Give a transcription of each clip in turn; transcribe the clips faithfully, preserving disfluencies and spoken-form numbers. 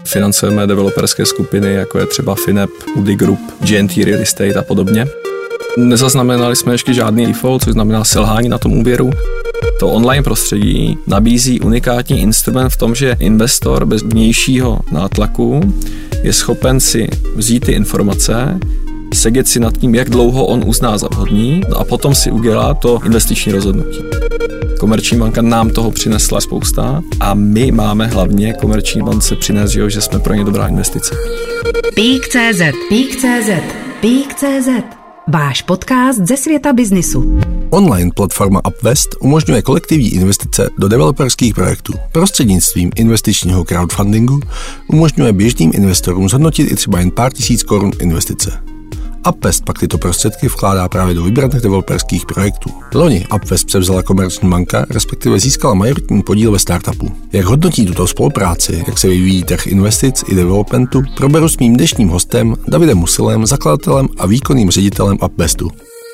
Financujeme developerské skupiny, jako je třeba Finep, Udy Group, G N T Real Estate a podobně. Nezaznamenali jsme ještě žádný default, což znamená selhání na tom úvěru. To online prostředí nabízí unikátní instrument v tom, že investor bez vnějšího nátlaku je schopen si vzít ty informace, sedět si nad tím, jak dlouho on uzná za vhodný a potom si udělá to investiční rozhodnutí. Komerční banka nám toho přinesla spousta a my máme hlavně Komerční bance přinést, že jsme pro ně dobrá investice. Peak tečka cé zet, Peak tečka cé zet, Peak tečka cé zet. Váš podcast ze světa biznisu. Online platforma Upvest umožňuje kolektivní investice do developerských projektů. Prostřednictvím investičního crowdfundingu umožňuje běžným investorům zhodnotit i třeba jen pár tisíc korun investice. Upvest pak tyto prostředky vkládá právě do vybraných developerských projektů. Loni Upvest převzala Komerční banka, respektive získala majoritní podíl ve startupu. Jak hodnotí tuto spolupráci, jak se vyvíjí trh investic i developmentu, proberu s mým dnešním hostem Davidem Musilem, zakladatelem a výkonným ředitelem Upvestu.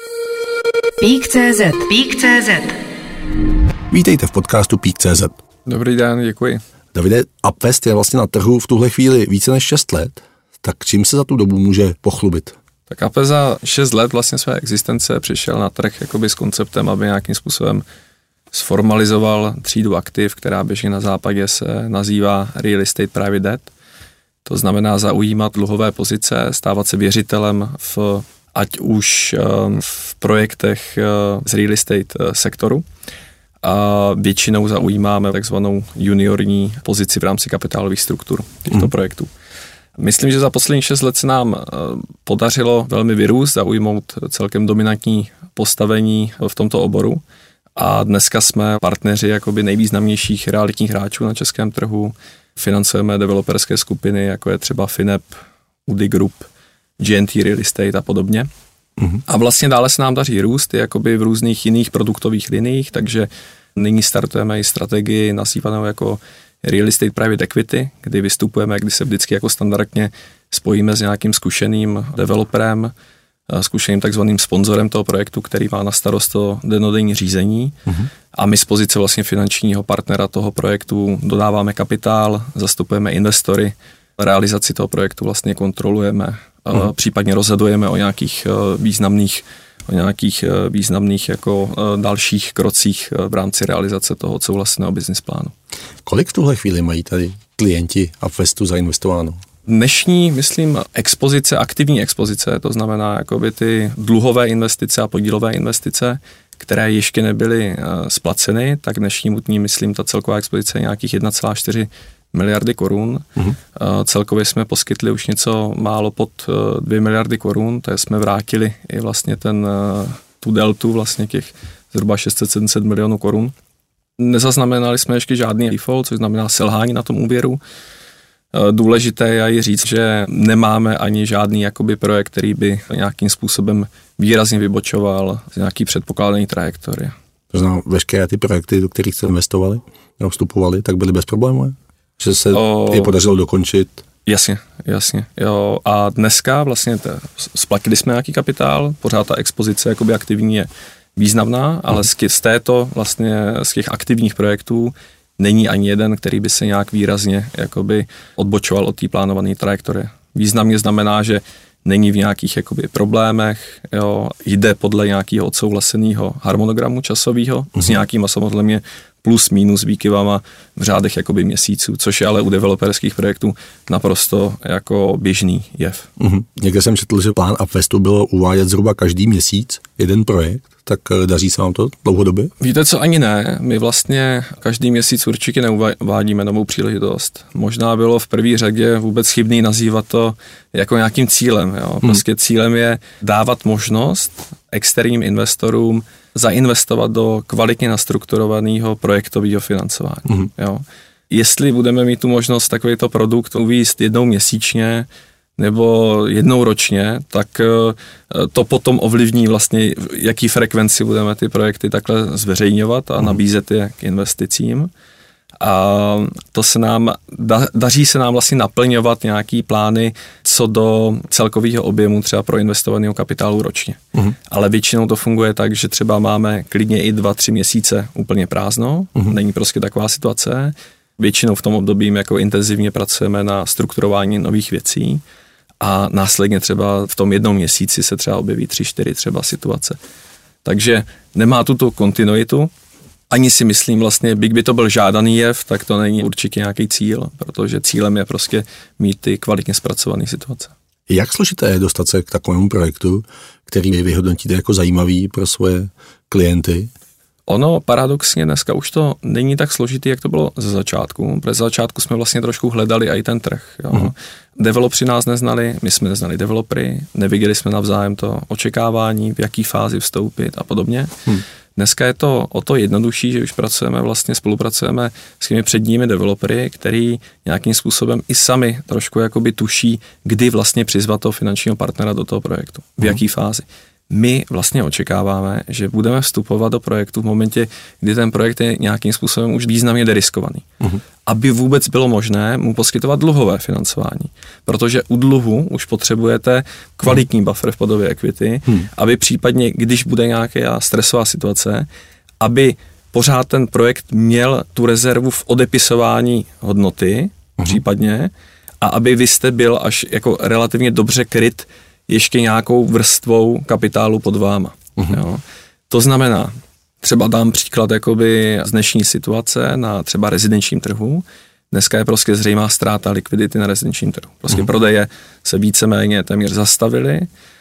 Peak tečka cé zet, Peak tečka cé zet. Vítejte v podcastu Peak tečka cé zet. Dobrý den, děkuji. Davide, Upvest je vlastně na trhu v tuhle chvíli více než šest let, tak čím se za tu dobu může pochlubit? Tak Ape za šest let vlastně své existence přišel na trh jakoby s konceptem, aby nějakým způsobem sformalizoval třídu aktiv, která běžně na západě se nazývá Real Estate Private Debt. To znamená zaujímat dluhové pozice, stávat se věřitelem v, ať už v projektech z real estate sektoru. A většinou zaujímáme takzvanou juniorní pozici v rámci kapitálových struktur těchto hmm. projektů. Myslím, že za posledních šest let se nám podařilo velmi vyrůst, zaujmout celkem dominantní postavení v tomto oboru a dneska jsme partneři jakoby nejvýznamnějších realitních hráčů na českém trhu. Financujeme developerské skupiny, jako je třeba Finep, Udy Group, G N T Real Estate a podobně. Mm-hmm. A vlastně dále se nám daří růst jakoby v různých jiných produktových liniích, takže nyní startujeme i strategii nazývanou jako Real Estate Private Equity, kdy vystupujeme, kdy se vždycky jako standardně spojíme s nějakým zkušeným developerem, zkušeným takzvaným sponzorem toho projektu, který má na starost to dennodenní řízení. Mm-hmm. A my z pozice vlastně finančního partnera toho projektu dodáváme kapitál, zastupujeme investory, realizaci toho projektu vlastně kontrolujeme, mm-hmm. případně rozhodujeme o nějakých významných o nějakých významných jako dalších krocích v rámci realizace toho odsouhlaseného business plánu. Kolik v tuhle chvíli mají tady klienti Upvestu zainvestováno? Dnešní, myslím, expozice, aktivní expozice, to znamená jakoby ty dluhové investice a podílové investice, které ještě nebyly splaceny, tak dnešnímu dní, myslím, ta celková expozice je nějakých jedna celá čtyři miliardy korun. Mm-hmm. Celkově jsme poskytli už něco málo pod dvě miliardy korun, to jsme vrátili i vlastně ten, tu deltu vlastně těch zhruba šest set sedm set milionů korun. Nezaznamenali jsme ještě žádný default, což znamená selhání na tom úvěru. Důležité je i říct, že nemáme ani žádný jakoby projekt, který by nějakým způsobem výrazně vybočoval z nějaký předpokládaný trajektorie. To znamená, veškeré ty projekty, do kterých jste investovali nebo vstupovali, tak byly bezproblémové? Že se o, je podařilo dokončit? Jasně, jasně. Jo. A dneska vlastně te, splatili jsme nějaký kapitál, pořád ta expozice jakoby aktivní je významná, ale hmm. z této vlastně z těch aktivních projektů není ani jeden, který by se nějak výrazně jakoby odbočoval od té plánované trajektorie. Významně znamená, že není v nějakých jakoby problémech, jo, jde podle nějakého odsouhlaseného harmonogramu časového hmm. s nějakýma samozřejmě plus minus výkyvama v řádech jakoby měsíců, což je ale u developerských projektů naprosto jako běžný jev. Mm-hmm. Někde jsem četl, že plán Upvestu bylo uvádět zhruba každý měsíc jeden projekt, tak daří se vám to dlouhodobě? Víte co, ani ne. My vlastně každý měsíc určitě neuvádíme novou příležitost. Možná bylo v první řadě vůbec chybný nazývat to jako nějakým cílem. Jo? Prostě mm. cílem je dávat možnost externím investorům zainvestovat do kvalitně nastrukturovaného projektového financování. Mm. Jo. Jestli budeme mít tu možnost takovýto produkt uvést jednou měsíčně nebo jednou ročně, tak to potom ovlivní vlastně, jaký frekvenci budeme ty projekty takhle zveřejňovat a mm. nabízet je k investicím. A to se nám, da, daří se nám vlastně naplňovat nějaký plány co do celkového objemu třeba pro investovaného kapitálu ročně. Mm. Ale většinou to funguje tak, že třeba máme klidně i dva, tři měsíce úplně prázdno, mm. není prostě taková situace. Většinou v tom období jako intenzivně pracujeme na strukturování nových věcí a následně třeba v tom jednom měsíci se třeba objeví tři, čtyři třeba situace. Takže nemá tuto kontinuitu. Ani si myslím vlastně, byť by to byl žádaný jev, tak to není určitě nějaký cíl, protože cílem je prostě mít ty kvalitně zpracované situace. Jak složité je dostat se k takovému projektu, který vy vyhodnotíte jako zajímavý pro svoje klienty? Ono paradoxně dneska už to není tak složitý, jak to bylo ze začátku, protože ze začátku jsme vlastně trošku hledali i ten trh. Jo. Mm. Developři nás neznali, my jsme neznali developery, neviděli jsme navzájem to očekávání, v jaký fázi vstoupit a podobně. Mm. Dneska je to o to jednodušší, že už pracujeme, vlastně spolupracujeme s těmi předními developery, který nějakým způsobem i sami trošku jakoby tuší, kdy vlastně přizvat toho finančního partnera do toho projektu, v mm. jaký fázi. My vlastně očekáváme, že budeme vstupovat do projektu v momentě, kdy ten projekt je nějakým způsobem už významně deriskovaný. Uh-huh. Aby vůbec bylo možné mu poskytovat dluhové financování. Protože u dluhu už potřebujete kvalitní buffer v podobě equity, uh-huh. aby případně, když bude nějaká stresová situace, aby pořád ten projekt měl tu rezervu v odepisování hodnoty, uh-huh. případně, a aby vy jste byl až jako relativně dobře kryt ještě nějakou vrstvou kapitálu pod váma. Uh-huh. Jo. To znamená, třeba dám příklad jakoby z dnešní situace na třeba rezidenčním trhu. Dneska je prostě zřejmá ztráta likvidity na rezidenčním trhu. Prostě uh-huh. prodeje se víceméně téměř zastavily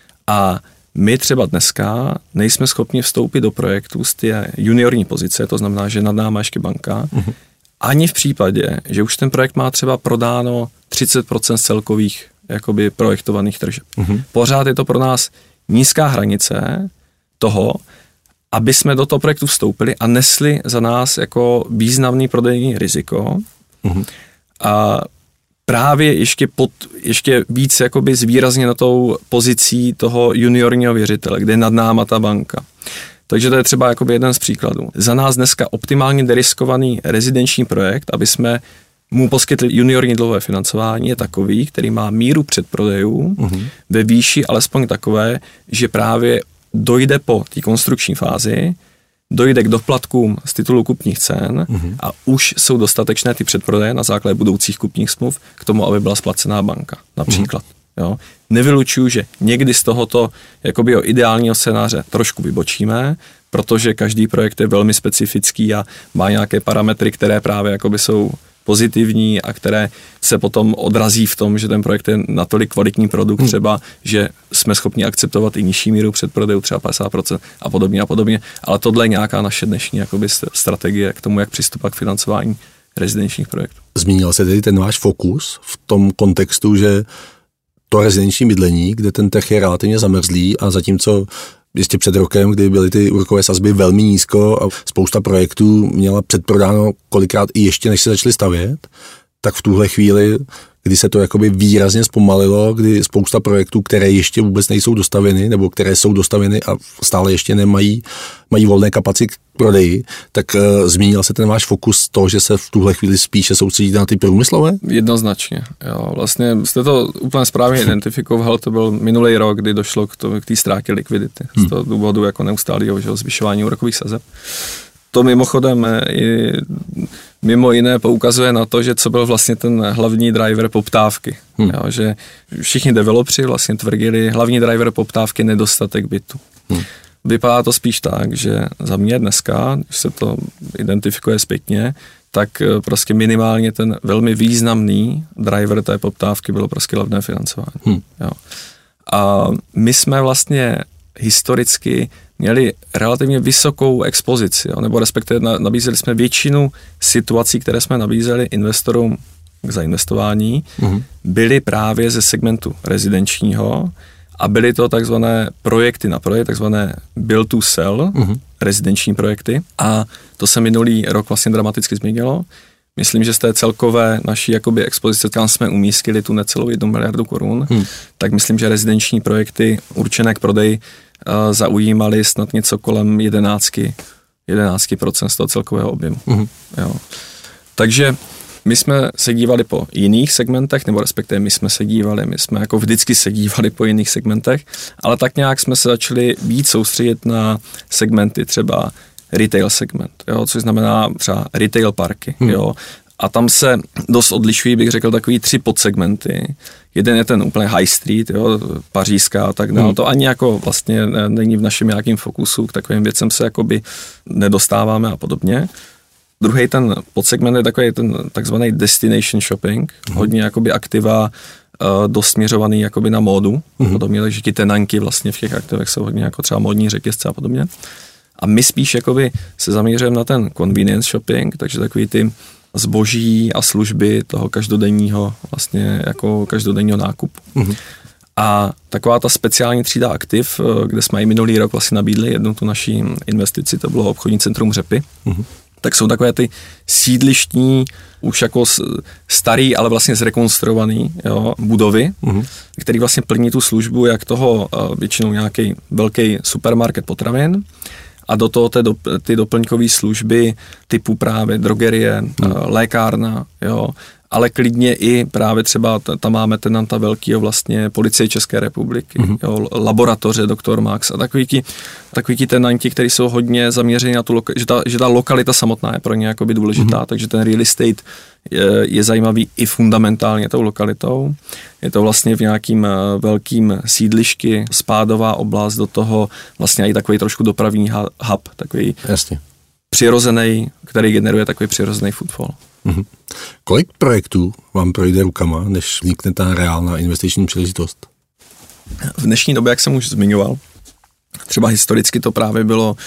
a my třeba dneska nejsme schopni vstoupit do projektu z té juniorní pozice, to znamená, že nad náma ještě banka, uh-huh. ani v případě, že už ten projekt má třeba prodáno třicet procent z celkových jakoby projektovaných tržeb. Uh-huh. Pořád je to pro nás nízká hranice toho, aby jsme do toho projektu vstoupili a nesli za nás jako významný prodejní riziko. Uh-huh. A právě ještě, pod, ještě víc jakoby zvýrazně na tou pozicí toho juniorního věřitele, kde je nad náma ta banka. Takže to je třeba jakoby jeden z příkladů. Za nás dneska optimálně deriskovaný rezidenční projekt, aby jsme mu poskytli juniorní dlouhé financování, je takový, který má míru předprodejů uh-huh. ve výši alespoň takové, že právě dojde po té konstrukční fázi, dojde k doplatkům z titulu kupních cen uh-huh. a už jsou dostatečné ty předprodeje na základě budoucích kupních smluv k tomu, aby byla splacená banka, například. Uh-huh. Jo. Nevylučuju, že někdy z tohoto jakoby ideálního scénáře trošku vybočíme, protože každý projekt je velmi specifický a má nějaké parametry, které právě jakoby jsou pozitivní a které se potom odrazí v tom, že ten projekt je natolik kvalitní produkt hmm. třeba, že jsme schopni akceptovat i nižší míru předprodejů, třeba padesát procent a podobně a podobně, ale tohle je nějaká naše dnešní jakoby strategie k tomu, jak přistupovat k financování rezidenčních projektů. Zmínil se tedy ten váš fokus v tom kontextu, že to rezidenční bydlení, kde ten trh je relativně zamrzlý a zatímco ještě před rokem, kdy byly ty úrokové sazby velmi nízko a spousta projektů měla předprodáno kolikrát i ještě, než se začaly stavět, tak v tuhle chvíli, kdy se to jakoby výrazně zpomalilo, kdy spousta projektů, které ještě vůbec nejsou dostavěny, nebo které jsou dostavěny a stále ještě nemají mají volné kapacity k prodeji, tak uh, zmínil se ten váš fokus toho, že se v tuhle chvíli spíše soustředíte na ty průmyslové? Jednoznačně. Jo. Vlastně jste to úplně správně identifikoval, to byl minulý rok, kdy došlo k té ztrátě likvidity. Hmm. Z toho důvodu jako neustálého zvyšování úrokových sazeb. To mimochodem i mimo jiné poukazuje na to, že co byl vlastně ten hlavní driver poptávky. Hmm. Jo, že všichni developři vlastně tvrdili, hlavní driver poptávky je nedostatek bytu. Hmm. Vypadá to spíš tak, že za mě dneska, když se to identifikuje zpětně, tak prostě minimálně ten velmi významný driver té poptávky bylo prostě levné financování. Hmm. Jo. A my jsme vlastně historicky měli relativně vysokou expozici, jo, nebo respektive nabízeli jsme většinu situací, které jsme nabízeli investorům k zainvestování, uh-huh. byly právě ze segmentu rezidenčního a byly to takzvané projekty na projekt, takzvané build to sell, uh-huh. rezidenční projekty a to se minulý rok vlastně dramaticky změnilo. Myslím, že z té celkové naší jakoby expozice, kam jsme umístili tu necelou jednu miliardu korun, hmm. tak myslím, že rezidenční projekty určené k prodeji uh, zaujímaly snad něco kolem jedenáct procent z toho celkového objemu. Hmm. Jo. Takže my jsme se dívali po jiných segmentech, nebo respektive my jsme se dívali, my jsme jako vždycky se dívali po jiných segmentech, ale tak nějak jsme se začali víc soustředit na segmenty třeba retail segment, jo, což znamená třeba retail parky, hmm. jo, A tam se dost odlišují, bych řekl, takový tři podsegmenty. Jeden je ten úplně high street, jo, pařížská a tak dále. Hmm. To ani jako vlastně není v našem nějakým fokusu, k takovým věcem se jakoby nedostáváme a podobně. Druhý ten podsegment je takový ten takzvaný destination shopping, hmm. hodně jakoby aktiva, uh, dost směřovaný jakoby na módu, hmm. podobně, takže ty tenanky vlastně v těch aktivech jsou hodně jako třeba módní řetězce a podobně. A my spíš jakoby se zaměřujeme na ten convenience shopping, takže takový ty zboží a služby toho každodenního vlastně jako každodenního nákupu. Mm-hmm. A taková ta speciální třída aktiv, kde jsme i minulý rok vlastně nabídli jednu tu naší investici, to bylo obchodní centrum Řepy, mm-hmm. tak jsou takové ty sídlištní, už jako starý, ale vlastně zrekonstruovaný jo, budovy, mm-hmm. který vlastně plní tu službu jak toho většinou nějaký velký supermarket potravin, a do toho ty, ty doplňkové služby typu právě drogerie, hmm. lékárna, jo, ale klidně i právě třeba tam máme tenanta velkýho vlastně Policie České republiky, hmm. jo, laboratoře doktor Max a takový ti, takový ti tenanti, kteří jsou hodně zaměření na tu, loka, že, ta, že ta lokalita samotná je pro ně jakoby důležitá, hmm. takže ten real estate je, je zajímavý i fundamentálně tou lokalitou. Je to vlastně v nějakým velkým sídlišky, spádová oblast, do toho vlastně i takový trošku dopravní hub, takový Jasně. přirozený, který generuje takový přirozený footfall. Mm-hmm. Kolik projektů vám projde rukama, než vznikne ta reálná investiční příležitost? V dnešní době, jak jsem už zmiňoval, třeba historicky to právě bylo,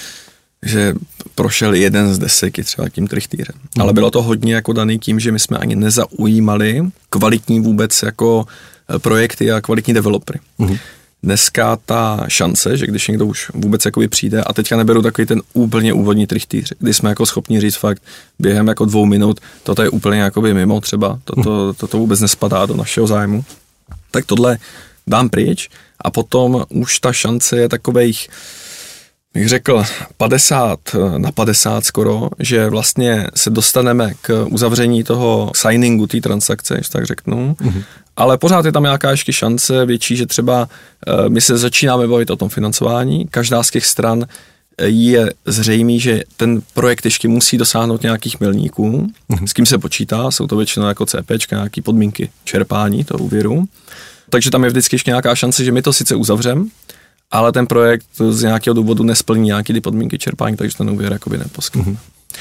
že prošel jeden z deseti třeba tím trichtýrem. Mm. Ale bylo to hodně jako daný tím, že my jsme ani nezaujímali kvalitní vůbec jako projekty a kvalitní developery. Mm. Dneska ta šance, že když někdo už vůbec jakoby přijde, a teďka neberu takový ten úplně úvodní trichtýř, kdy jsme jako schopni říct fakt během jako dvou minut, toto je úplně jakoby mimo třeba, toto, toto vůbec nespadá do našeho zájmu, tak tohle dám pryč a potom už ta šance je takovejch, bych řekl, padesát na padesát skoro, že vlastně se dostaneme k uzavření toho signingu té transakce, když tak řeknu, mm-hmm. ale pořád je tam nějaká ještě šance větší, že třeba my se začínáme bavit o tom financování, každá z těch stran je zřejmý, že ten projekt ještě musí dosáhnout nějakých milníků, mm-hmm. s kým se počítá, jsou to většinou jako CPčka, nějaké podmínky čerpání toho úvěru, takže tam je vždycky ještě nějaká šance, že my to sice uzavřeme, ale ten projekt z nějakého důvodu nesplní nějaké ty podmínky čerpání, takže ten úvěr jakoby neposkytne. Mm-hmm.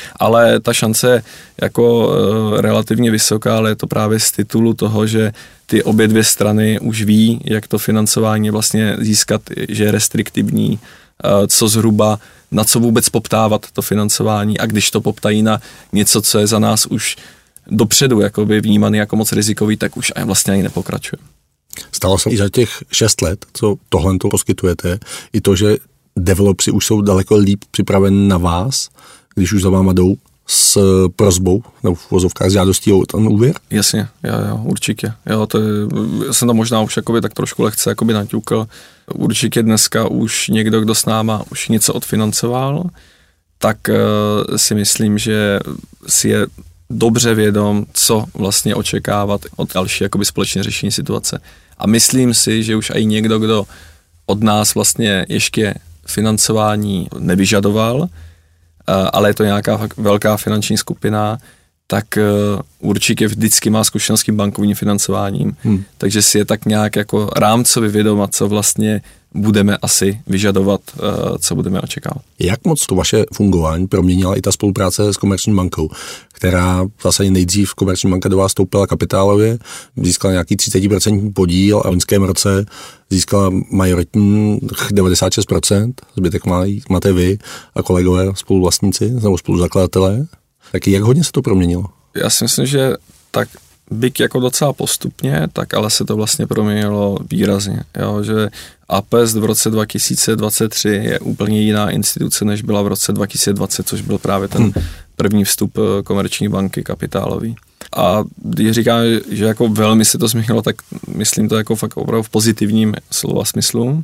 Ale ta šance je jako e, relativně vysoká, ale je to právě z titulu toho, že ty obě dvě strany už ví, jak to financování vlastně získat, že je restriktivní, e, co zhruba, na co vůbec poptávat to financování a když to poptají na něco, co je za nás už dopředu jakoby vnímaný jako moc rizikový, tak už vlastně ani nepokračuje. Stalo se i za těch šest let, co tohle to poskytujete, i to, že developři už jsou daleko líp připraveni na vás, když už za váma jdou s prosbou, nebo v vozovkách s žádostí o ten úvěr? Jasně, jo, jo, určitě. Jo, to je, já jsem to možná už jakoby tak trošku lehce jakoby naťukl. Určitě dneska už někdo, kdo s náma už něco odfinancoval, tak uh, si myslím, že si je dobře vědom, co vlastně očekávat od další jakoby společně řešení situace. A myslím si, že už i někdo, kdo od nás vlastně ještě financování nevyžadoval, ale je to nějaká velká finanční skupina, tak určitě vždycky má zkušenost s tím bankovním financováním. Hmm. Takže si je tak nějak jako rámcově vědoma, co vlastně budeme asi vyžadovat, co budeme očekávat. Jak moc to vaše fungování proměnila i ta spolupráce s Komerční bankou, která zase nejdřív Komerční banka do vás vstoupila kapitálově, získala nějaký třicet procent podíl a v loňském roce získala majoritní devadesát šest procent, zbytek máte vy a kolegové spoluvlastníci nebo spoluzakladatelé. Tak jak hodně se to proměnilo? Já si myslím, že tak byť jako docela postupně, tak ale se to vlastně proměnilo výrazně. Jo? Že Apest v roce dva tisíce dvacet tři je úplně jiná instituce, než byla v roce dva tisíce dvacet, což byl právě ten hmm. první vstup Komerční banky kapitálový. A když říkám, že jako velmi se to změnilo, tak myslím to jako fakt opravdu v pozitivním slova smyslu.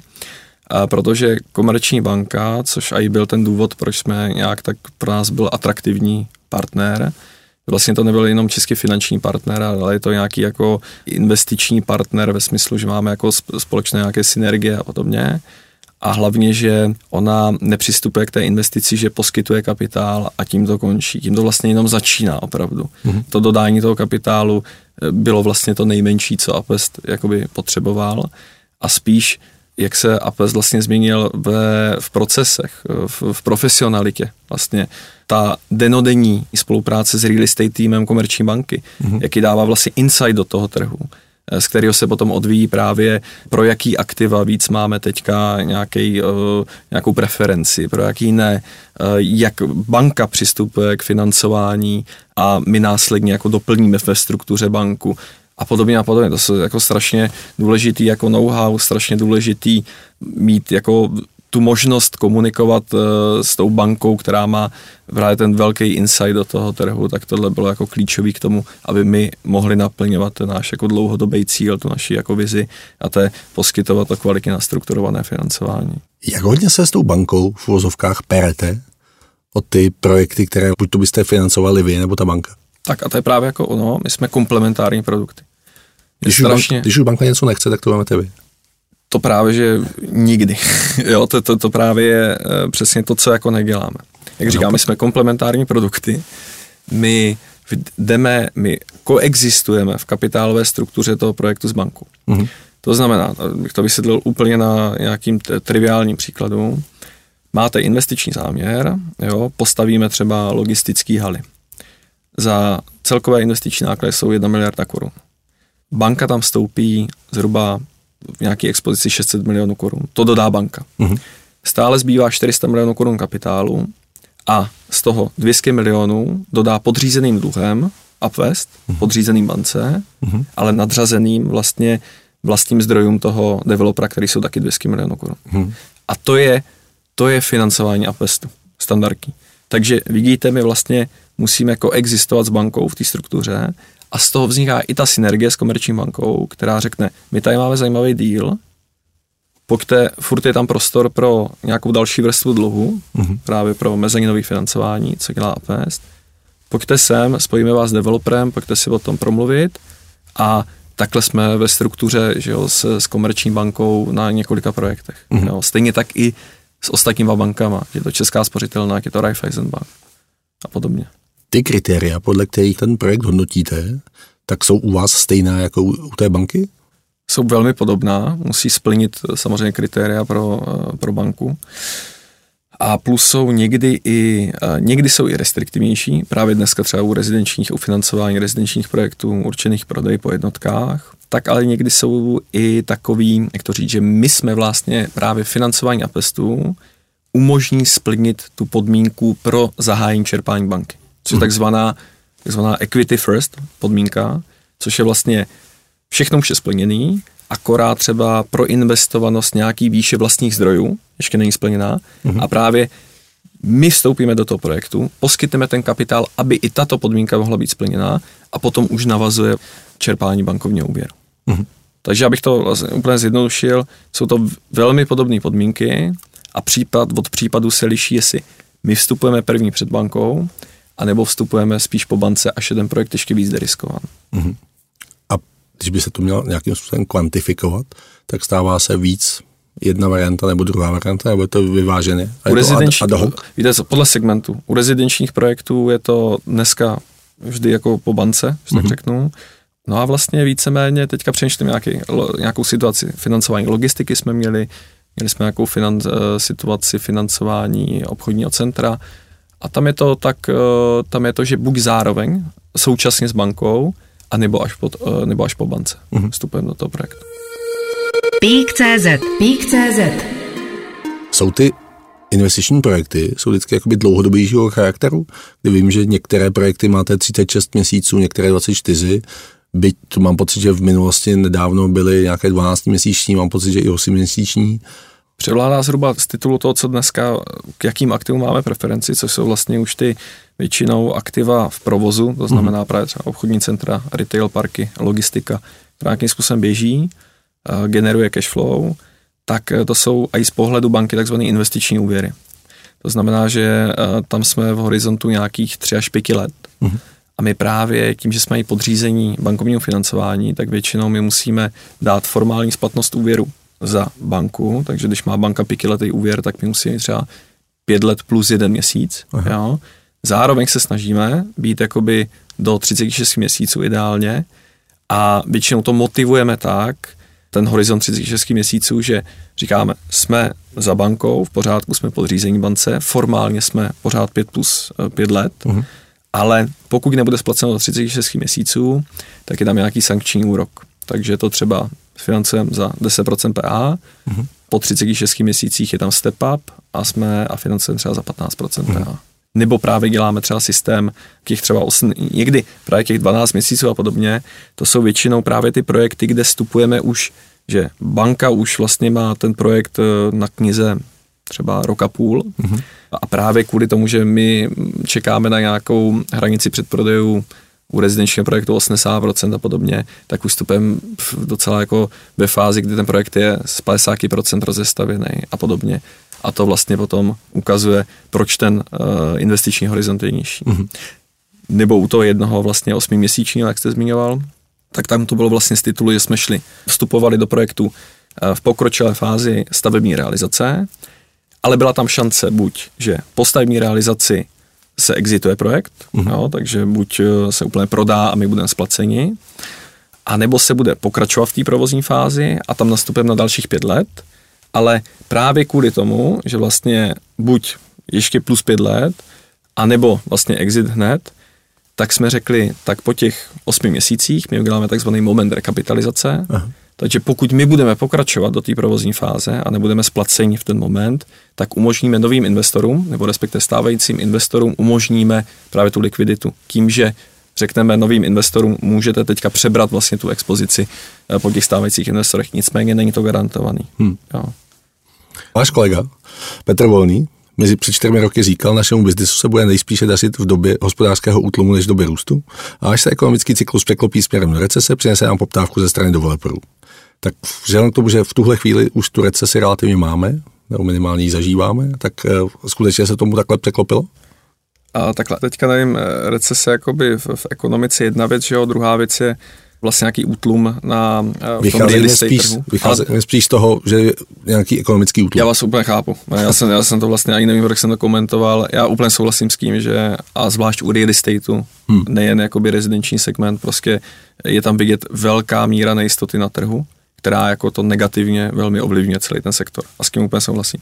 A protože Komerční banka, což i byl ten důvod, proč jsme nějak tak pro nás byl atraktivní partner, vlastně to nebyl jenom český finanční partner, ale je to nějaký jako investiční partner ve smyslu, že máme jako společné nějaké synergie a podobně. a hlavně, že ona nepřistupuje k té investici, že poskytuje kapitál a tím to končí. Tím to vlastně jenom začíná opravdu. Mm-hmm. To dodání toho kapitálu bylo vlastně to nejmenší, co Upvest jakoby potřeboval a spíš jak se Upvest vlastně změnil ve, v procesech, v, v profesionalitě. Vlastně ta denodenní spolupráce s real estate týmem Komerční banky, mm-hmm. jaký dává vlastně insight do toho trhu, z kterého se potom odvíjí právě, pro jaký aktiva víc máme teďka nějaký, uh, nějakou preferenci, pro jaký ne, uh, jak banka přistupuje k financování a my následně jako doplníme ve struktuře banku a podobně a podobně. To jsou jako strašně důležitý jako know-how, strašně důležitý mít jako tu možnost komunikovat uh, s tou bankou, která má právě ten velký insight do toho trhu, tak tohle bylo jako klíčový k tomu, aby my mohli naplňovat ten náš jako dlouhodobý cíl, tu naši jako vizi a to je poskytovat to kvalitně nastrukturované financování. Jak hodně se s tou bankou v uvozovkách perete o ty projekty, které buď to byste financovali vy, nebo ta banka? Tak a to je právě jako ono, my jsme komplementární produkty. Když, strašně... už banka, když už banka něco nechce, tak to máte vy. To právě, že nikdy. Jo, to, to, to právě je přesně to, co jako neděláme. Jak říkám, my jsme komplementární produkty, my jdeme, my koexistujeme v kapitálové struktuře toho projektu s bankou. Mm-hmm. To znamená, bych to vysvětlil úplně na nějakým t- triviálním příkladu, máte investiční záměr, jo, postavíme třeba logistický haly. Za celkové investiční náklady jsou jedna miliarda korun. Banka tam vstoupí zhruba v nějaké expozici šest set milionů korun. To dodá banka. Mm-hmm. Stále zbývá čtyři sta milionů korun kapitálu a z toho dvě stě milionů dodá podřízeným dluhem Upvest, mm-hmm. podřízeným bance, mm-hmm. ale nadřazeným vlastně vlastním zdrojům toho developera, který jsou taky dvě stě milionů korun. Mm-hmm. A to je, to je financování Upvestu, standardní. Takže vidíte, my vlastně musíme koexistovat s bankou v té struktuře a z toho vzniká i ta synergie s Komerční bankou, která řekne, my tady máme zajímavý deal, pojďte, furt je tam prostor pro nějakou další vrstvu dluhu, mm-hmm. právě pro mezeninový financování, co dělá Upvest. Pojďte sem, spojíme vás s developerem, pojďte si o tom promluvit a takhle jsme ve struktuře, že jo, s, s Komerční bankou na několika projektech. Mm-hmm. Jo. Stejně tak i s ostatníma bankama, je to Česká spořitelná, je to Raiffeisen Bank a podobně. Ty kritéria, podle kterých ten projekt hodnotíte, tak jsou u vás stejná jako u té banky? Jsou velmi podobná, musí splnit samozřejmě kritéria pro, pro banku. A plus jsou někdy i, někdy jsou i restriktivnější, právě dneska třeba u rezidenčních, u financování rezidenčních projektů určených prodej po jednotkách, tak ale někdy jsou i takový, jak to říct, že my jsme vlastně právě financování Upvestu umožní splnit tu podmínku pro zahájení čerpání banky. Což je takzvaná, takzvaná equity first podmínka, což je vlastně všechno už je splněný, akorát třeba proinvestovanost nějaký výše vlastních zdrojů, ještě není splněná, mm-hmm. a právě my vstoupíme do toho projektu, poskytneme ten kapitál, aby i tato podmínka mohla být splněná a potom už navazuje čerpání bankovního úvěru. Mm-hmm. Takže abych to vlastně úplně zjednodušil, jsou to velmi podobné podmínky a případ od případu se liší, jestli my vstupujeme první před bankou, anebo vstupujeme spíš po bance, až je ten projekt ještě víc deriskovan. Mm-hmm. A když by se to měl nějakým způsobem kvantifikovat, tak stává se víc jedna varianta nebo druhá varianta, nebo je to vyvážené? U rezidenčních, víte co, podle segmentu. U rezidenčních projektů je to dneska vždy jako po bance, že tak mm-hmm. řeknu. No a vlastně víceméně teďka přemýšlím nějaký, nějakou situaci. Financování logistiky jsme měli, měli jsme nějakou finan, situaci financování obchodního centra a tam je to tak, tam je to, že buď zároveň současně s bankou, a nebo až, pod, nebo až po bance mm-hmm. vstupujeme do toho projektu. Peak tečka cé zet. Peak tečka cé zet. Jsou ty investiční projekty, jsou vždycky jakoby dlouhodobějšího charakteru, kdy vím, že některé projekty máte třicet šest měsíců, některé dvacet čtyři, byť to mám pocit, že v minulosti nedávno byly nějaké dvanáctiměsíční, mám pocit, že i osmiměsíční. Převládá zhruba z titulu toho, co dneska, k jakým aktivům máme preferenci, což jsou vlastně už ty většinou aktiva v provozu, to znamená mm. právě třeba obchodní centra, retail parky, logistika, která nějakým způsobem běží, generuje cash flow, tak to jsou i z pohledu banky takzvané investiční úvěry. To znamená, že tam jsme v horizontu nějakých tři až pět let. Mm. A my právě tím, že jsme i podřízení bankovního financování, tak většinou my musíme dát formální splatnost úvěru za banku, takže když má banka pětiletý úvěr, tak my musíme třeba pět let plus jeden měsíc. Jo. Zároveň se snažíme být jakoby do třicet šest měsíců ideálně a většinou to motivujeme tak, ten horizont třicet šest měsíců, že říkáme, jsme za bankou, v pořádku, jsme podřízení bance, formálně jsme pořád pět plus pět let, uh-huh. ale pokud nebude splaceno do třicet šest měsíců, tak je tam nějaký sankční úrok. Takže to třeba financujeme za deset procent P A, uh-huh. po třicet šesti měsících je tam step up a jsme a financujeme třeba za patnáct procent uh-huh. P A. Nebo právě děláme třeba systém těch třeba osm, někdy právě těch dvanáct měsíců a podobně. To jsou většinou právě ty projekty, kde vstupujeme už, že banka už vlastně má ten projekt na knize třeba rok a půl mm-hmm. a právě kvůli tomu, že my čekáme na nějakou hranici předprodejů u rezidenčního projektu osmdesát procent a podobně, tak už vstupujeme docela jako ve fázi, kdy ten projekt je z padesát procent rozestavěný a podobně. A to vlastně potom ukazuje, proč ten uh, investiční horizont je nižší. Mm-hmm. Nebo u toho jednoho vlastně osmiměsíčního, jak jste zmiňoval, tak tam to bylo vlastně z titulu, že jsme šli, vstupovali do projektu uh, v pokročilé fázi stavební realizace, ale byla tam šance buď, že po stavební realizaci se exituje projekt, mm-hmm. jo, takže buď se úplně prodá a my budeme splaceni, a nebo se bude pokračovat v té provozní fázi a tam nastupujeme na dalších pět let, ale právě kvůli tomu, že vlastně buď ještě plus pět let, anebo vlastně exit hned, tak jsme řekli, tak po těch osmi měsících my uděláme takzvaný moment rekapitalizace, aha. takže pokud my budeme pokračovat do té provozní fáze a nebudeme splaceni v ten moment, tak umožníme novým investorům, nebo respektive stávajícím investorům umožníme právě tu likviditu. Tím, že řekneme novým investorům, můžete teďka přebrat vlastně tu expozici po těch stávajících investorech, nicméně není to garantovaný. Hmm. Jo. Váš kolega Petr Volný mezi před čtyřmi roky říkal, našemu biznesu se bude nejspíše dařit v době hospodářského útlumu než v době růstu a až se ekonomický cyklus překlopí směrem do recese, přinese nám poptávku ze strany developerů. Tak vzhledem k tomu, že v tuhle chvíli už tu recesi relativně máme, nebo minimálně ji zažíváme, tak uh, skutečně se tomu takhle překlopilo? A takhle, teďka nevím, recese jakoby v, v ekonomice jedna věc, že jo, druhá věc je vlastně nějaký útlum na v tom real estate trhu. Vycházíme spíš z toho, že je nějaký ekonomický útlum. Já vás úplně chápu. Já jsem, já jsem to vlastně ani nevím, jak jsem to komentoval. Já úplně souhlasím s tím, že a zvlášť u real estateu, hmm. nejen jakoby rezidenční segment, prostě je tam vidět velká míra nejistoty na trhu, která jako to negativně velmi ovlivňuje celý ten sektor. A s tím úplně souhlasím.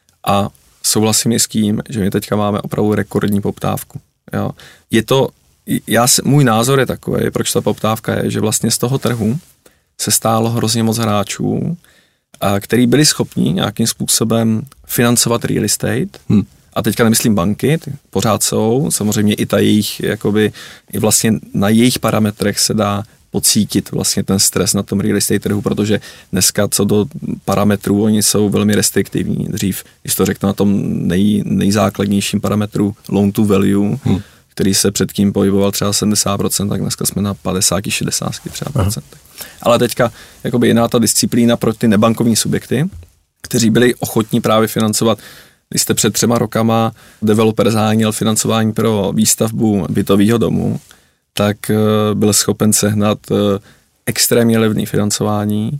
A souhlasím i s tím, že my teďka máme opravdu rekordní poptávku. Jo. Je to Já, můj názor je takový, proč ta poptávka je, že vlastně z toho trhu se stálo hrozně moc hráčů, a který byli schopni nějakým způsobem financovat real estate. Hmm. A teďka nemyslím banky, ty pořád jsou, samozřejmě i ta jejich, jakoby, i vlastně na jejich parametrech se dá pocítit vlastně ten stres na tom real estate trhu, protože dneska co do parametrů, oni jsou velmi restriktivní. Dřív, když to řeknu na tom nej, nejzákladnějším parametru loan to value, hmm. který se předtím pohyboval třeba sedmdesát procent, tak dneska jsme na padesát až šedesát třeba procent. Ale teďka jakoby jiná ta disciplína pro ty nebankovní subjekty, kteří byli ochotní právě financovat. Když jste před třema rokama developer záněl financování pro výstavbu bytového domu, tak byl schopen sehnat extrémně levný financování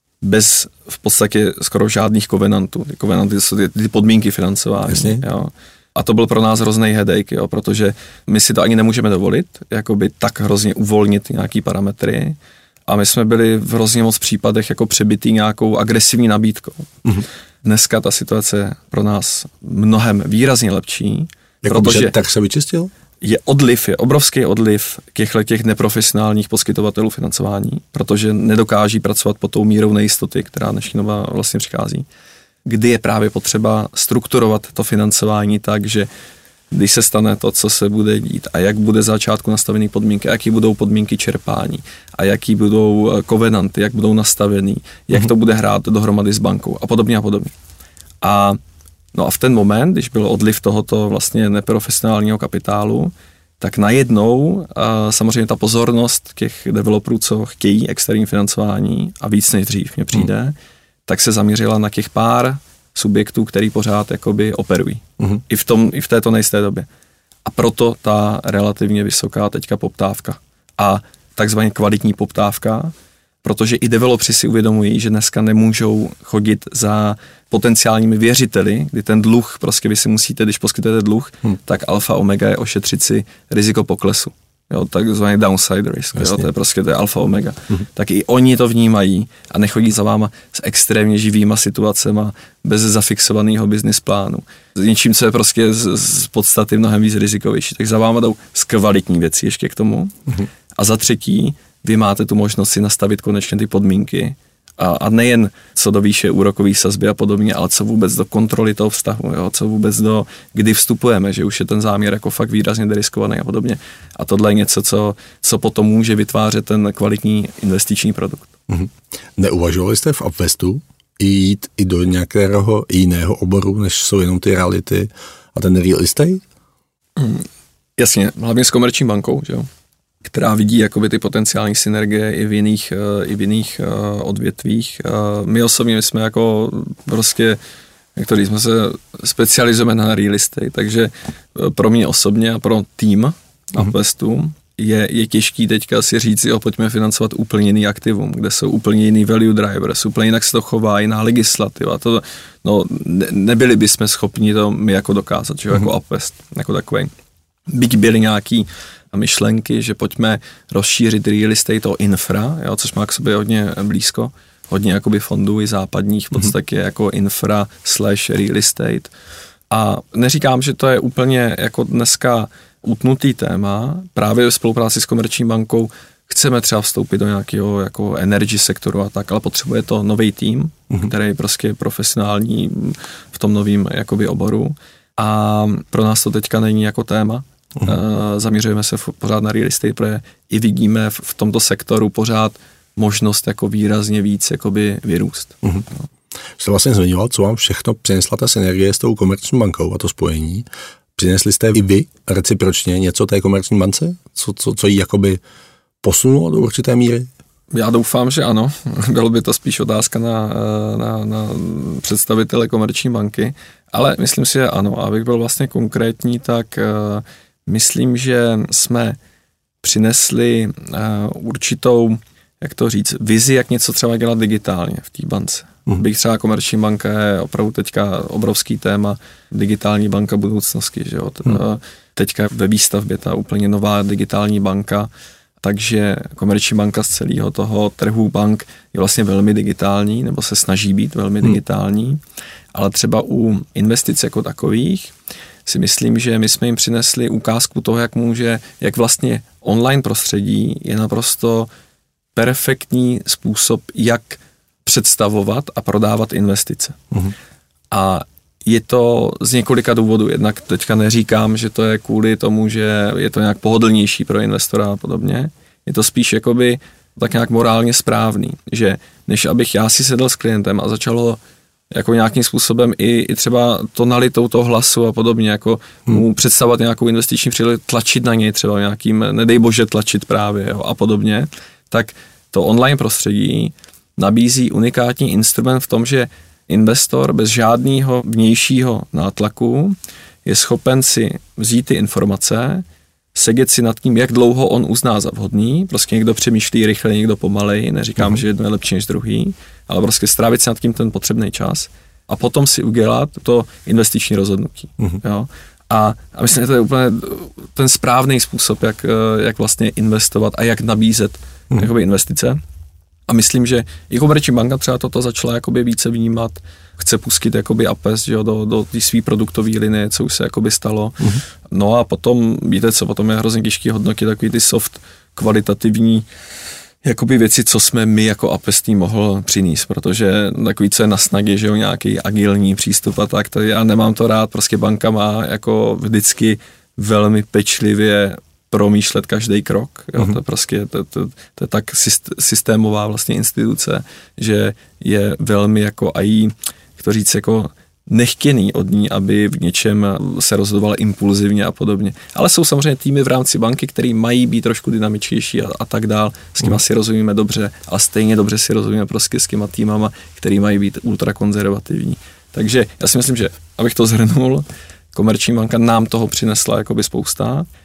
bez v podstatě skoro žádných kovenantů. Ty kovenanty jsou ty, ty podmínky financování. Jo. A to byl pro nás hrozný headache, jo, protože my si to ani nemůžeme dovolit, jakoby tak hrozně uvolnit nějaký parametry. A my jsme byli v hrozně moc případech jako přebytý nějakou agresivní nabídkou. Mm-hmm. Dneska ta situace je pro nás mnohem výrazně lepší, jako protože tak se vyčistil? Je odliv, je obrovský odliv těchto těch neprofesionálních poskytovatelů financování, protože nedokáží pracovat pod tou mírou nejistoty, která dnešní doba vlastně přichází. Kdy je právě potřeba strukturovat to financování tak, že když se stane to, co se bude dít a jak bude začátku nastavený podmínky, jaký budou podmínky čerpání a jaký budou kovenanty, jak budou nastavený, jak mm-hmm. to bude hrát dohromady s bankou a podobně a podobně. A, no a v ten moment, když byl odliv tohoto vlastně neprofesionálního kapitálu, tak najednou a samozřejmě ta pozornost těch developerů, co chtějí externí financování a víc než dřív mě přijde, mm. tak se zaměřila na těch pár subjektů, který pořád jakoby operují. Mm-hmm. I v tom, i v této nejisté době. A proto ta relativně vysoká teďka poptávka. A takzvaně kvalitní poptávka protože i developři si uvědomují, že dneska nemůžou chodit za potenciálními věřiteli, kdy ten dluh, prostě vy si musíte, když poskytujete dluh, hmm. tak alfa omega je ošetřit si riziko poklesu. Jo, takzvaný downside risk, jo, to je prostě to je alfa omega. Hmm. Tak i oni to vnímají a nechodí za váma s extrémně živýma situacema, bez zafixovaného business plánu. S něčím, co je prostě z, z podstaty mnohem víc rizikovější. Tak za váma jdou z kvalitní věci ještě k tomu. Hmm. A za třetí, vy máte tu možnost si nastavit konečně ty podmínky a, a nejen co do výše úrokové sazby a podobně, ale co vůbec do kontroly toho vztahu, jo? Co vůbec do, kdy vstupujeme, že už je ten záměr jako fakt výrazně deriskovaný a podobně. A tohle je něco, co, co potom může vytvářet ten kvalitní investiční produkt. Mm-hmm. Neuvažovali jste v Upvestu jít i do nějakého jiného oboru, než jsou jenom ty reality a ten real estate? Mm, jasně, hlavně s komerční bankou, že jo? Která vidí jakoby ty potenciální synergie i v jiných, i v jiných uh, odvětvích. Uh, my osobně jsme jako prostě, jak to říct, jsme se specializujeme na real estate, takže pro mě osobně a pro tým Upvestu mm-hmm. je, je těžký teďka si říct, jo, pojďme financovat úplně jiný aktivum, kde jsou úplně jiný value drivers, úplně jinak se to chová, jiná legislativa. To, no, ne, nebyli bychom schopni to my jako dokázat, že, mm-hmm. jako Upvest, jako takový. Byť byly nějaký myšlenky, že pojďme rozšířit real estate o infra, jo, což má k sobě hodně blízko, hodně jakoby fondů i západních v podstatě mm-hmm. jako infra slash real estate. A neříkám, že to je úplně jako dneska utnutý téma, právě ve spolupráci s Komerční bankou chceme třeba vstoupit do nějakého jako energy sektoru a tak, ale potřebuje to nový tým, mm-hmm. který je prostě profesionální v tom novém jakoby oboru a pro nás to teďka není jako téma. Uh, zaměřujeme se v, pořád na real estate, protože i vidíme v, v tomto sektoru pořád možnost jako výrazně víc jakoby vyrůst. Uh-huh. No. Jste vlastně zmiňoval, co vám všechno přinesla ta synergie s tou Komerční bankou a to spojení. Přinesli jste i vy recipročně něco té Komerční bance? Co, co, co jí jakoby posunulo do určité míry? Já doufám, že ano. Bylo by to spíš otázka na, na, na představitele Komerční banky, ale myslím si, že ano. A abych byl vlastně konkrétní, tak uh, myslím, že jsme přinesli uh, určitou, jak to říct, vizi, jak něco třeba dělat digitálně v té bance. Mm. Bych třeba Komerční banka je opravdu teďka obrovský téma, digitální banka budoucnosti. Že jo? Mm. Teďka ve výstavbě ta úplně nová digitální banka, takže Komerční banka z celého toho trhu bank je vlastně velmi digitální, nebo se snaží být velmi mm. digitální, ale třeba u investic jako takových si myslím, že my jsme jim přinesli ukázku toho, jak může, jak vlastně online prostředí je naprosto perfektní způsob, jak představovat a prodávat investice. Mm. A je to z několika důvodů. Jednak teďka neříkám, že to je kvůli tomu, že je to nějak pohodlnější pro investora a podobně. Je to spíš jakoby tak nějak morálně správný, že než abych já si sedl s klientem a začalo jako nějakým způsobem i, i třeba to nalitou toho hlasu a podobně, jako hmm. mu představovat nějakou investiční příležitost, tlačit na něj třeba nějakým, nedej bože tlačit právě, jo, a podobně, tak to online prostředí nabízí unikátní instrument v tom, že investor bez žádného vnějšího nátlaku je schopen si vzít ty informace, sedět si nad tím, jak dlouho on uzná za vhodný, prostě někdo přemýšlí rychle, někdo pomalej, neříkám, uh-huh. že jedno je lepší než druhý, ale prostě strávit si nad tím ten potřebný čas a potom si udělat to investiční rozhodnutí. Uh-huh. Jo? A, a myslím, že to je úplně ten správný způsob, jak, jak vlastně investovat a jak nabízet uh-huh. jakoby investice. A myslím, že i Komerční banka třeba toto začala jakoby více vnímat, chce pustit jakoby Upvest, že jo, do, do té své produktové linie, co už se jakoby stalo. Mm-hmm. No a potom, víte co, potom je hrozně těžký hodnotit takový ty soft kvalitativní jakoby věci, co jsme my jako Upvest mohl přinést, protože takový, co je na snadě, že jo, nějaký agilní přístup a tak, tady já nemám to rád, prostě banka má jako vždycky velmi pečlivě promýšlet každý krok. Jo? Mm-hmm. To je prostě to, to, to je tak systémová vlastně instituce, že je velmi jako aj, jak to říct, jako nechtěný od ní, aby v něčem se rozhodovala impulzivně a podobně. Ale jsou samozřejmě týmy v rámci banky, které mají být trošku dynamičtější a, a tak dál, s kým mm. si rozumíme dobře, a stejně dobře si rozumíme prostě s těma týmama, který mají být ultrakonzervativní. Takže já si myslím, že abych to zhrnul, Komerční banka nám toho přinesla jakoby spousta.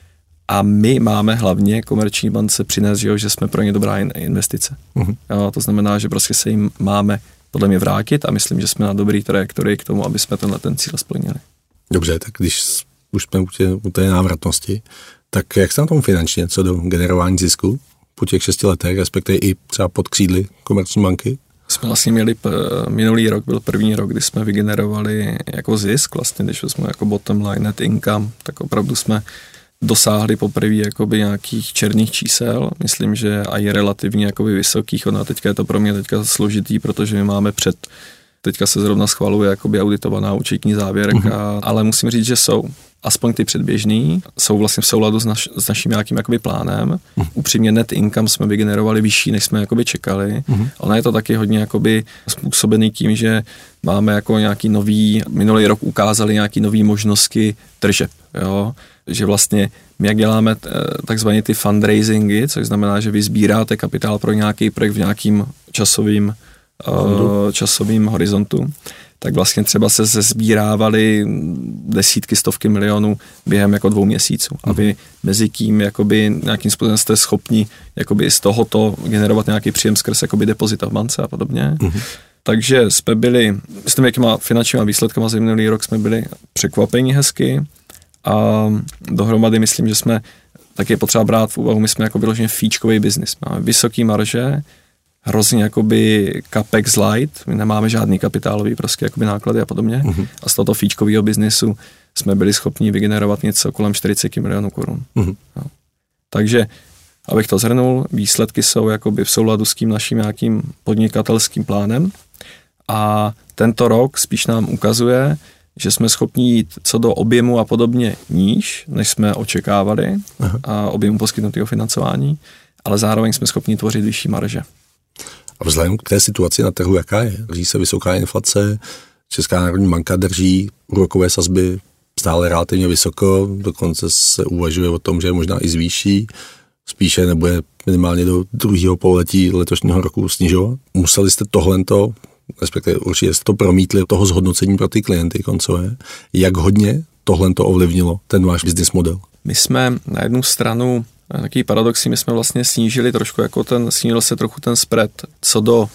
A my máme hlavně komerční bance přinést, že, že jsme pro ně dobrá investice. Uh-huh. Jo, to znamená, že prostě se jim máme podle mě vrátit a myslím, že jsme na dobrý trajektorii k tomu, aby jsme tenhle ten cíl splnili. Dobře, tak když už jsme u té návratnosti, tak jak se na tom finančně, co do generování zisku po těch šesti letech, respektive i třeba pod křídly komerční banky? Jsme vlastně měli, minulý rok byl první rok, kdy jsme vygenerovali jako zisk, vlastně, když jsme jako bottom line net income, tak opravdu jsme dosáhli poprvé jakoby nějakých černých čísel, myslím, že i relativně jakoby vysokých, ona teďka je to pro mě teďka složitý, protože my máme před, teďka se zrovna schvaluje jakoby auditovaná účetní závěrka, uh-huh. ale musím říct, že jsou aspoň ty předběžný, jsou vlastně v souladu s, naš, s naším nějakým jakoby plánem. Uh-huh. Upřímně net income jsme vygenerovali vyšší, než jsme jakoby čekali. Uh-huh. Ona je to taky hodně jakoby způsobený tím, že máme jako nějaký nový, minulý rok ukázali nějaký nový možnosti tržeb, jo? Že vlastně my jak děláme takzvané ty fundraisingy, což znamená, že vy sbíráte kapitál pro nějaký projekt v nějakým časovým, uh, časovým horizontu, tak vlastně třeba se zesbírávaly desítky, stovky milionů během jako dvou měsíců. A vy mezi tím jakoby nějakým způsobem jste schopni jakoby z tohoto generovat nějaký příjem skrz jakoby depozita v bance a podobně. Uh-huh. Takže jsme byli, s těmi jakýma finančníma výsledkama za minulý rok jsme byli překvapeni hezky a dohromady myslím, že jsme taky je potřeba brát v úvahu, my jsme jako vyloženě fíčkový biznis. Máme vysoký marže, hrozně jakoby capex light, my nemáme žádný kapitálový prostě jakoby náklady a podobně. Uh-huh. A z tohoto fíčkového biznisu jsme byli schopni vygenerovat něco kolem čtyřicet milionů korun. Uh-huh. No. Takže, abych to zhrnul, výsledky jsou jakoby v souladu s tím naším nějakým podnikatelským plánem a tento rok spíš nám ukazuje, že jsme schopni jít co do objemu a podobně níž, než jsme očekávali, aha, a objemu poskytnutého financování, ale zároveň jsme schopni tvořit vyšší marže. A vzhledem k té situaci na trhu, jaká je? Drží se vysoká inflace, Česká národní banka drží úrokové sazby stále relativně vysoko, dokonce se uvažuje o tom, že možná i zvýší, spíše nebude minimálně do druhého pololetí letošního roku snižovat. Museli jste tohleto, respektive určitě jste to promítli toho zhodnocení pro ty klienty koncové. Jak hodně tohle to ovlivnilo ten váš business model? My jsme na jednu stranu, takový paradoxní, my jsme vlastně snížili trošku, jako ten, snížil se trochu ten spread co do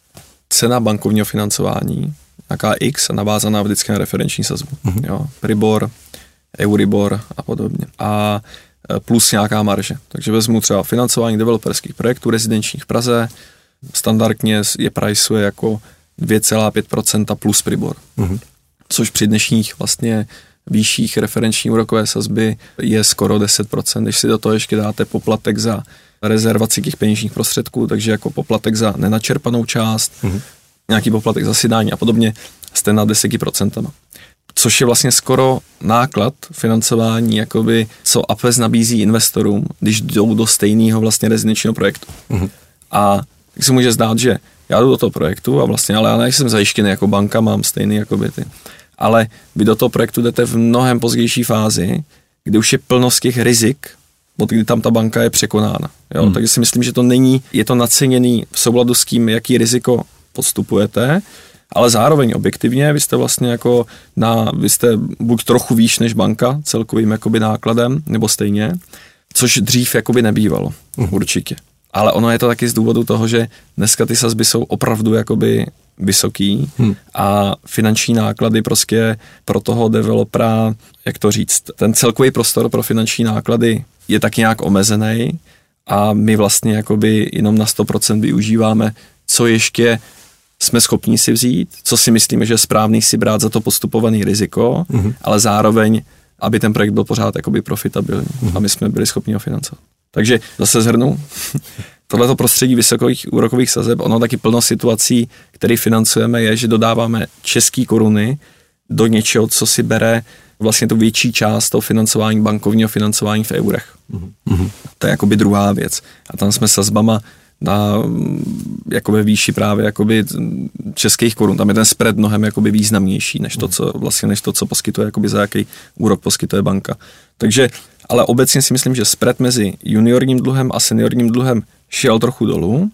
cena bankovního financování, nějaká X navázaná vždycky na referenční sazbu. Mm-hmm. Jo, Pribor, Euribor a podobně. A plus nějaká marže. Takže vezmu třeba financování developerských projektů rezidenčních v Praze, standardně je priceuje jako dvě celá pět procenta plus Pribor. Mm-hmm. Což při dnešních vlastně výšších referenční úrokové sazby je skoro deset procent, když si do toho ještě dáte poplatek za rezervaci těch peněžních prostředků, takže jako poplatek za nenačerpanou část, mm-hmm, nějaký poplatek za sjednání a podobně, jste na deset procent. Což je vlastně skoro náklad financování, jakoby, co Apves nabízí investorům, když jdou do stejného vlastně rezidenčního projektu. Mm-hmm. A tak se může zdát, že já jdu do toho projektu a vlastně, ale já nejsem zajištěný jako banka, mám stejný jako ty. Ale vy do toho projektu jdete v mnohem pozdější fázi, kdy už je plnost těch rizik, od kdy tam ta banka je překonána. Jo? Hmm. Takže si myslím, že to není, je to naceněný v souladu s tím, jaký riziko podstupujete, ale zároveň objektivně vy jste vlastně jako na, vy jste buď trochu výš než banka celkovým jakoby nákladem, nebo stejně, což dřív jakoby nebývalo, hmm. určitě. Ale ono je to taky z důvodu toho, že dneska ty sazby jsou opravdu jakoby vysoký hmm. a finanční náklady prostě pro toho developera, jak to říct, ten celkový prostor pro finanční náklady je tak nějak omezený a my vlastně jakoby jenom na sto procent využíváme, co ještě jsme schopni si vzít, co si myslíme, že je správný si brát za to postupovaný riziko, hmm. ale zároveň, aby ten projekt byl pořád jakoby profitabilní hmm. a my jsme byli schopni ho financovat. Takže zase shrnu, tohleto prostředí vysokých úrokových sazeb, ono taky plno situací, které financujeme, je, že dodáváme české koruny do něčeho, co si bere vlastně tu větší část toho financování, bankovního financování v eurech. Mm-hmm. To je jakoby druhá věc. A tam jsme sazbama na jakoby výši právě jakoby českých korun. Tam je ten spread mnohem jakoby významnější, než to, co vlastně, než to, co poskytuje, jakoby za jaký úrok poskytuje banka. Takže, ale obecně si myslím, že spread mezi juniorním dluhem a seniorním dluhem šel trochu dolů,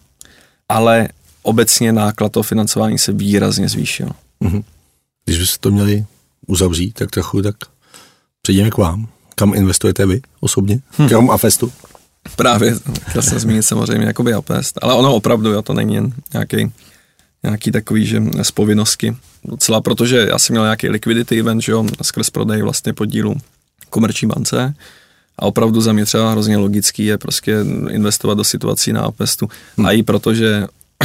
ale obecně náklad toho financování se výrazně zvýšil. Mm-hmm. Když byste to měli uzavřít tak trochu, tak přejdeme k vám, Kam investujete vy osobně? Hm. Krom Apvestu? Právě, chtěl jsem zmínit samozřejmě jakoby Apvest, ale ono opravdu, jo, to není jen nějaký, nějaký takový, že z povinnosti. Docela, protože já jsem měl nějaký liquidity event, že jo, skrz prodej vlastně podílu Komerční bance a opravdu za mě třeba hrozně logický je prostě investovat do situací na Apvestu. Hmm. A i protože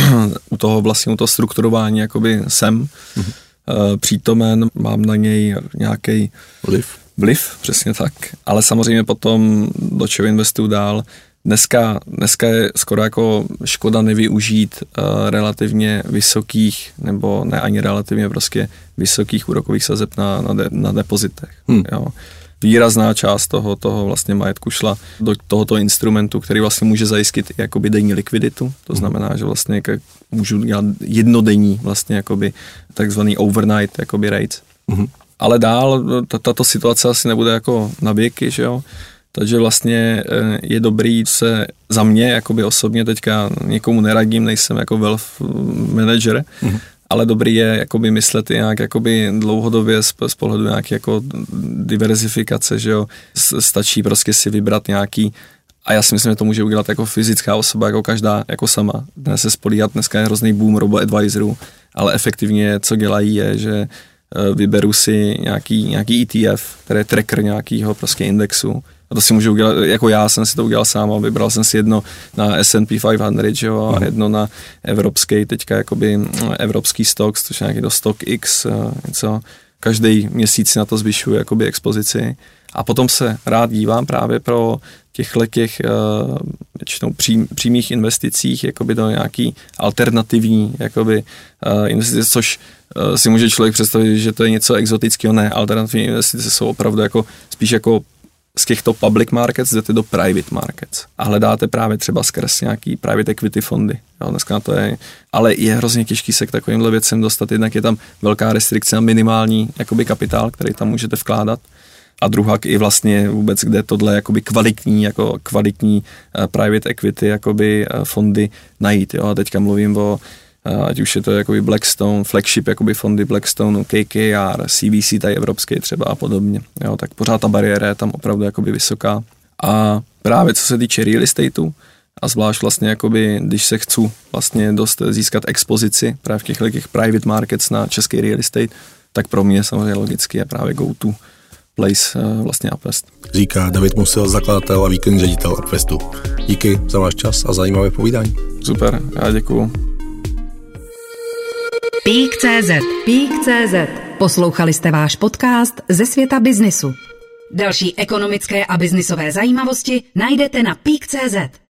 u toho vlastně, u toho strukturování jakoby jsem hmm. uh, přítomen, mám na něj nějaký vliv. Vliv, přesně tak. Ale samozřejmě potom do čeho investuju dál. Dneska, dneska je skoro jako škoda nevyužít uh, relativně vysokých, nebo ne ani relativně prostě vysokých úrokových sazeb na, na, de, na depozitech. Hmm. Jo. Výrazná část toho, toho vlastně majetku šla do tohoto instrumentu, který vlastně může zajistit i jakoby denní likviditu. To znamená, že vlastně můžu dělat jednodenní vlastně jakoby takzvaný overnight jakoby rates. Hmm. Ale dál tato situace asi nebude jako na věky, že jo. Takže vlastně je dobrý se za mě jakoby osobně teďka někomu neradím, nejsem jako wealth manager, mm-hmm. ale dobrý je jakoby myslet i nějak jakoby dlouhodobě z, z pohledu nějaké jako diverzifikace, že jo. Stačí prostě si vybrat nějaký, a já si myslím, že to může udělat jako fyzická osoba, jako každá, jako sama. Dnes se spolíhat, dneska je hrozný boom robo-advisorů, ale efektivně co dělají je, že vyberu si nějaký, nějaký E T F, který je tracker nějakýho prostě indexu. A to si můžu udělat, jako já jsem si to udělal sám a vybral jsem si jedno na S and P pět set, že jo, a jedno na evropský, teďka jakoby evropský stocks, což je nějaký do stock X, něco. Každý měsíc si na to zvyšuju jakoby expozici. A potom se rád dívám právě pro těchto těch uh, většinou přím, přímých investicích jakoby do nějaký alternativní jakoby, uh, investice, což uh, si může člověk představit, že to je něco exotického. Ne, alternativní investice jsou opravdu jako spíš jako z těchto public markets jdete do private markets a hledáte právě třeba skrz nějaký private equity fondy. Jo, dneska to je, ale je hrozně těžký se k takovýmhle věcem dostat, jednak je tam velká restrikce na minimální jakoby kapitál, který tam můžete vkládat. A druhá i vlastně vůbec, kde tohle jakoby kvalitní, jako kvalitní uh, private equity jakoby uh, fondy najít. Jo? A teďka mluvím o, uh, ať už je to jakoby Blackstone, flagship jakoby fondy Blackstone, K K R, C V C, tady evropský třeba a podobně. Jo? Tak pořád ta bariéra je tam opravdu jakoby vysoká. A právě co se týče real estateu, a zvlášť vlastně jakoby, když se chci vlastně dost získat expozici právě v těchto těch private markets na český real estate, tak pro mě samozřejmě logicky je právě go-to place vlastně Apvest. Říká David Musil, zakladatel a výkonný ředitel Apvestu. Díky za váš čas a zajímavé povídání. Super, já děkuju. Peak tečka cé zet. Peak tečka cé zet. Poslouchali jste váš podcast ze světa biznisu. Další ekonomické a biznisové zajímavosti najdete na Peak tečka cé zet.